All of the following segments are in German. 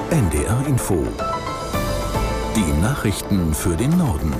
NDR Info. Die Nachrichten für den Norden.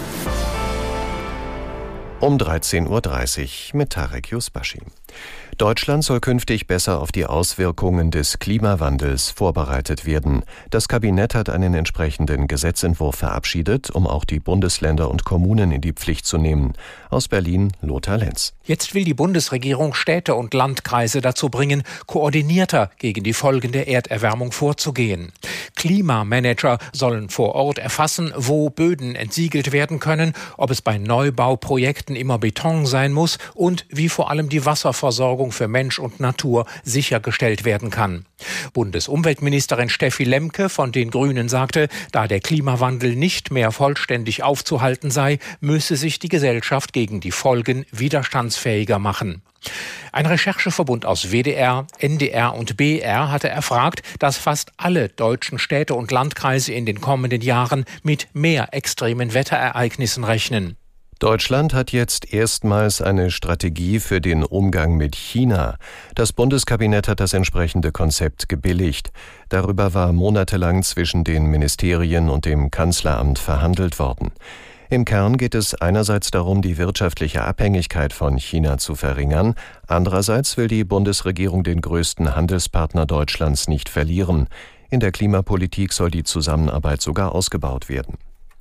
Um 13:30 Uhr mit Tarek Yusbashi. Deutschland soll künftig besser auf die Auswirkungen des Klimawandels vorbereitet werden. Das Kabinett hat einen entsprechenden Gesetzentwurf verabschiedet, um auch die Bundesländer und Kommunen in die Pflicht zu nehmen. Aus Berlin Lothar Lenz. Jetzt will die Bundesregierung Städte und Landkreise dazu bringen, koordinierter gegen die Folgen der Erderwärmung vorzugehen. Klimamanager sollen vor Ort erfassen, wo Böden entsiegelt werden können, ob es bei Neubauprojekten immer Beton sein muss und wie vor allem die Wasserversorgung für Mensch und Natur sichergestellt werden kann. Bundesumweltministerin Steffi Lemke von den Grünen sagte, da der Klimawandel nicht mehr vollständig aufzuhalten sei, müsse sich die Gesellschaft gegen die Folgen widerstandsfähiger machen. Ein Rechercheverbund aus WDR, NDR und BR hatte erfragt, dass fast alle deutschen Städte und Landkreise in den kommenden Jahren mit mehr extremen Wetterereignissen rechnen. Deutschland hat jetzt erstmals eine Strategie für den Umgang mit China. Das Bundeskabinett hat das entsprechende Konzept gebilligt. Darüber war monatelang zwischen den Ministerien und dem Kanzleramt verhandelt worden. Im Kern geht es einerseits darum, die wirtschaftliche Abhängigkeit von China zu verringern. Andererseits will die Bundesregierung den größten Handelspartner Deutschlands nicht verlieren. In der Klimapolitik soll die Zusammenarbeit sogar ausgebaut werden.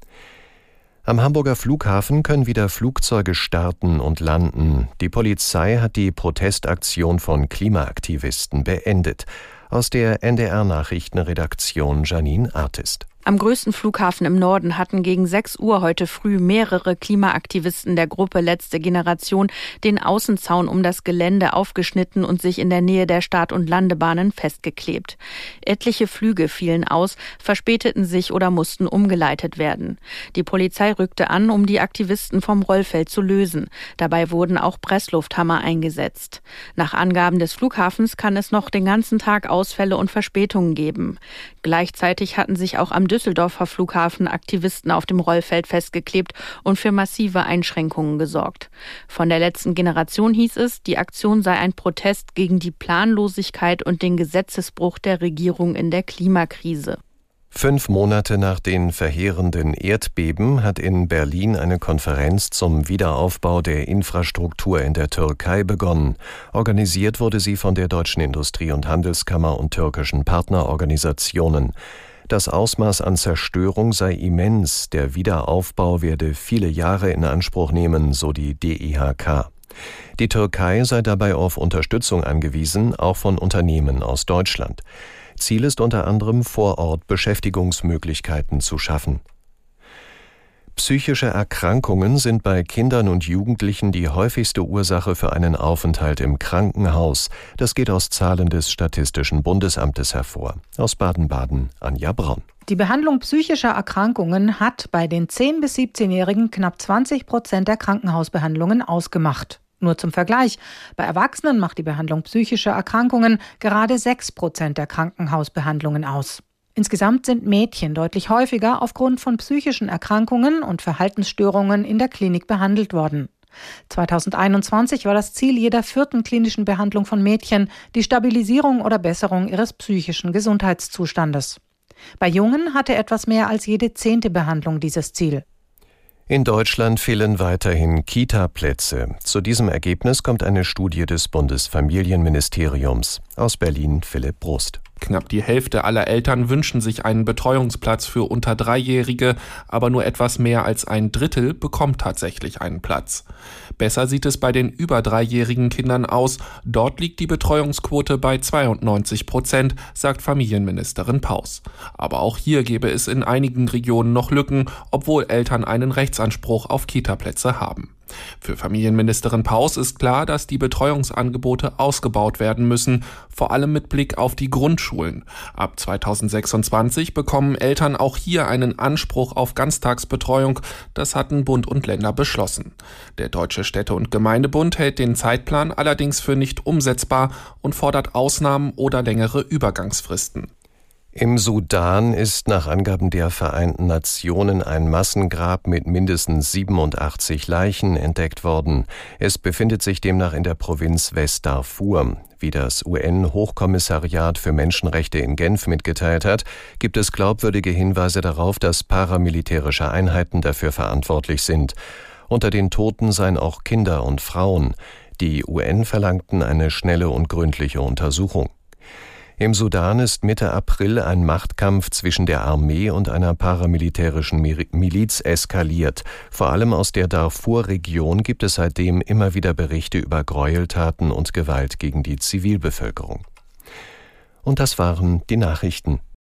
Am Hamburger Flughafen können wieder Flugzeuge starten und landen. Die Polizei hat die Protestaktion von Klimaaktivisten beendet. Aus der NDR-Nachrichtenredaktion Janine Artist. Am größten Flughafen im Norden hatten gegen 6 Uhr heute früh mehrere Klimaaktivisten der Gruppe Letzte Generation den Außenzaun um das Gelände aufgeschnitten und sich in der Nähe der Start- und Landebahnen festgeklebt. Etliche Flüge fielen aus, verspäteten sich oder mussten umgeleitet werden. Die Polizei rückte an, um die Aktivisten vom Rollfeld zu lösen. Dabei wurden auch Presslufthammer eingesetzt. Nach Angaben des Flughafens kann es noch den ganzen Tag Ausfälle und Verspätungen geben. Gleichzeitig hatten sich auch am Düsseldorfer Flughafen Aktivisten auf dem Rollfeld festgeklebt und für massive Einschränkungen gesorgt. Von der Letzten Generation hieß es, die Aktion sei ein Protest gegen die Planlosigkeit und den Gesetzesbruch der Regierung in der Klimakrise. 5 Monate nach den verheerenden Erdbeben hat in Berlin eine Konferenz zum Wiederaufbau der Infrastruktur in der Türkei begonnen. Organisiert wurde sie von der Deutschen Industrie- und Handelskammer und türkischen Partnerorganisationen. Das Ausmaß an Zerstörung sei immens. Der Wiederaufbau werde viele Jahre in Anspruch nehmen, so die DIHK. Die Türkei sei dabei auf Unterstützung angewiesen, auch von Unternehmen aus Deutschland. Ziel ist unter anderem, vor Ort Beschäftigungsmöglichkeiten zu schaffen. Psychische Erkrankungen sind bei Kindern und Jugendlichen die häufigste Ursache für einen Aufenthalt im Krankenhaus. Das geht aus Zahlen des Statistischen Bundesamtes hervor. Aus Baden-Baden, Anja Braun. Die Behandlung psychischer Erkrankungen hat bei den 10- bis 17-Jährigen knapp 20% der Krankenhausbehandlungen ausgemacht. Nur zum Vergleich, bei Erwachsenen macht die Behandlung psychischer Erkrankungen gerade 6% der Krankenhausbehandlungen aus. Insgesamt sind Mädchen deutlich häufiger aufgrund von psychischen Erkrankungen und Verhaltensstörungen in der Klinik behandelt worden. 2021 war das Ziel jeder 4. klinischen Behandlung von Mädchen die Stabilisierung oder Besserung ihres psychischen Gesundheitszustandes. Bei Jungen hatte etwas mehr als jede 10. Behandlung dieses Ziel. In Deutschland fehlen weiterhin Kita-Plätze. Zu diesem Ergebnis kommt eine Studie des Bundesfamilienministeriums. Aus Berlin Philipp Brust. Knapp die Hälfte aller Eltern wünschen sich einen Betreuungsplatz für unter 3-Jährige, aber nur etwas mehr als ein Drittel bekommt tatsächlich einen Platz. Besser sieht es bei den über 3-jährigen Kindern aus. Dort liegt die Betreuungsquote bei 92%, sagt Familienministerin Paus. Aber auch hier gäbe es in einigen Regionen noch Lücken, obwohl Eltern einen Rechtsanspruch auf Kita-Plätze haben. Für Familienministerin Paus ist klar, dass die Betreuungsangebote ausgebaut werden müssen, vor allem mit Blick auf die Grundschulen. Ab 2026 bekommen Eltern auch hier einen Anspruch auf Ganztagsbetreuung. Das hatten Bund und Länder beschlossen. Der Deutsche Städte- und Gemeindebund hält den Zeitplan allerdings für nicht umsetzbar und fordert Ausnahmen oder längere Übergangsfristen. Im Sudan ist nach Angaben der Vereinten Nationen ein Massengrab mit mindestens 87 Leichen entdeckt worden. Es befindet sich demnach in der Provinz West-Darfur. Wie das UN-Hochkommissariat für Menschenrechte in Genf mitgeteilt hat, gibt es glaubwürdige Hinweise darauf, dass paramilitärische Einheiten dafür verantwortlich sind. Unter den Toten seien auch Kinder und Frauen. Die UN verlangten eine schnelle und gründliche Untersuchung. Im Sudan ist Mitte April ein Machtkampf zwischen der Armee und einer paramilitärischen Miliz eskaliert. Vor allem aus der Darfur-Region gibt es seitdem immer wieder Berichte über Gräueltaten und Gewalt gegen die Zivilbevölkerung. Und das waren die Nachrichten.